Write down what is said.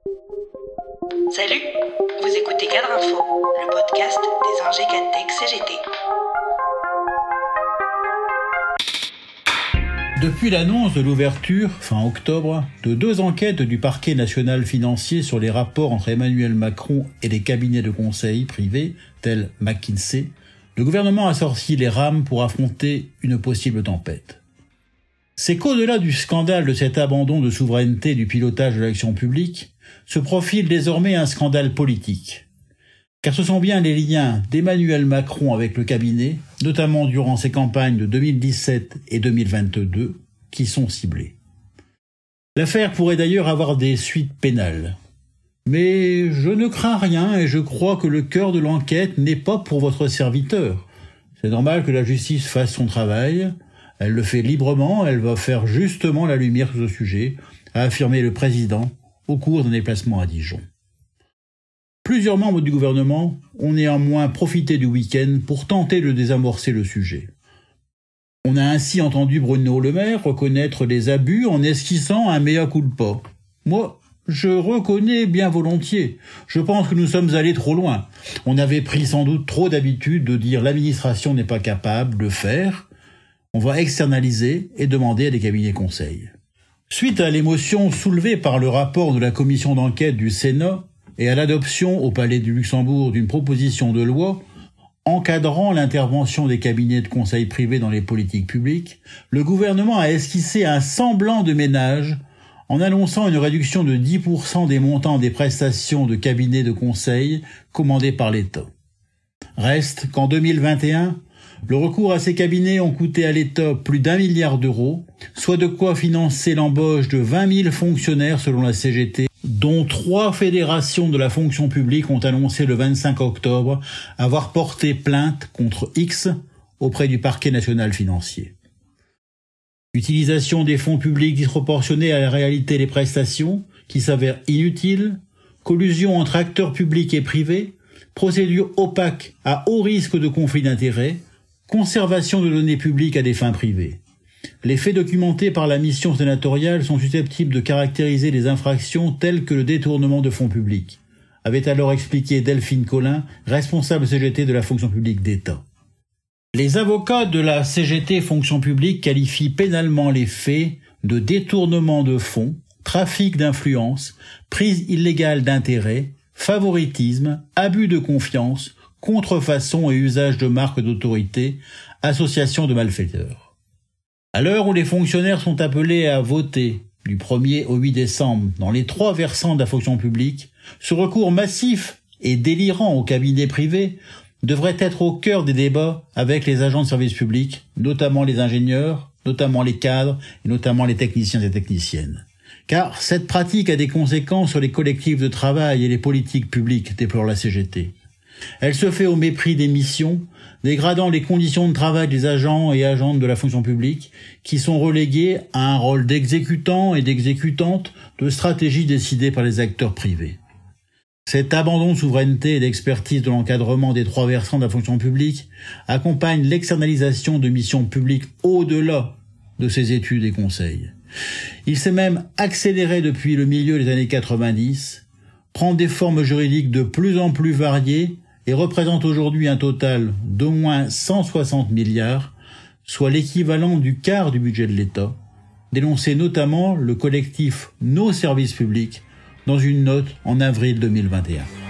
Salut, vous écoutez Cadre Info, le podcast des ingés Cadtech CGT. Depuis l'annonce de l'ouverture, fin octobre, de 2 enquêtes du parquet national financier sur les rapports entre Emmanuel Macron et les cabinets de conseil privés, tels McKinsey, le gouvernement a sorti les rames pour affronter une possible tempête. C'est qu'au-delà du scandale de cet abandon de souveraineté du pilotage de l'action publique, se profile désormais un scandale politique. Car ce sont bien les liens d'Emmanuel Macron avec le cabinet, notamment durant ses campagnes de 2017 et 2022, qui sont ciblés. L'affaire pourrait d'ailleurs avoir des suites pénales. Mais je ne crains rien et je crois que le cœur de l'enquête n'est pas pour votre serviteur. C'est normal que la justice fasse son travail. Elle le fait librement, elle va faire justement la lumière sur ce sujet, a affirmé le président au cours d'un déplacement à Dijon. Plusieurs membres du gouvernement ont néanmoins profité du week-end pour tenter de désamorcer le sujet. On a ainsi entendu Bruno Le Maire reconnaître les abus en esquissant un mea culpa. Moi, je reconnais bien volontiers. Je pense que nous sommes allés trop loin. On avait pris sans doute trop d'habitude de dire l'administration n'est pas capable de faire. On va externaliser et demander à des cabinets conseils. Suite à l'émotion soulevée par le rapport de la commission d'enquête du Sénat et à l'adoption au Palais du Luxembourg d'une proposition de loi encadrant l'intervention des cabinets de conseil privés dans les politiques publiques, le gouvernement a esquissé un semblant de ménage en annonçant une réduction de 10% des montants des prestations de cabinets de conseil commandés par l'État. Reste qu'en 2021, le recours à ces cabinets ont coûté à l'État plus d'1 milliard d'euros, soit de quoi financer l'embauche de 20 000 fonctionnaires selon la CGT, dont 3 fédérations de la fonction publique ont annoncé le 25 octobre avoir porté plainte contre X auprès du parquet national financier. Utilisation des fonds publics disproportionnée à la réalité des prestations, qui s'avèrent inutiles, collusion entre acteurs publics et privés, procédure opaque à haut risque de conflit d'intérêts, conservation de données publiques à des fins privées. Les faits documentés par la mission sénatoriale sont susceptibles de caractériser les infractions telles que le détournement de fonds publics, avait alors expliqué Delphine Colin, responsable CGT de la fonction publique d'État. Les avocats de la CGT fonction publique qualifient pénalement les faits de détournement de fonds, trafic d'influence, prise illégale d'intérêts, favoritisme, abus de confiance, contrefaçon et usage de marques d'autorité, association de malfaiteurs. À l'heure où les fonctionnaires sont appelés à voter du 1er au 8 décembre dans les 3 versants de la fonction publique, ce recours massif et délirant aux cabinets privés devrait être au cœur des débats avec les agents de service public, notamment les ingénieurs, notamment les cadres et notamment les techniciens et techniciennes. Car cette pratique a des conséquences sur les collectifs de travail et les politiques publiques, déplore la CGT. Elle se fait au mépris des missions, dégradant les conditions de travail des agents et agentes de la fonction publique, qui sont relégués à un rôle d'exécutants et d'exécutantes de stratégies décidées par les acteurs privés. Cet abandon de souveraineté et d'expertise de l'encadrement des 3 versants de la fonction publique accompagne l'externalisation de missions publiques au-delà de ces études et conseils. Il s'est même accéléré depuis le milieu des années 90, prend des formes juridiques de plus en plus variées et représente aujourd'hui un total d'au moins 160 milliards, soit l'équivalent du quart du budget de l'État, dénonçait notamment le collectif Nos services publics dans une note en avril 2021.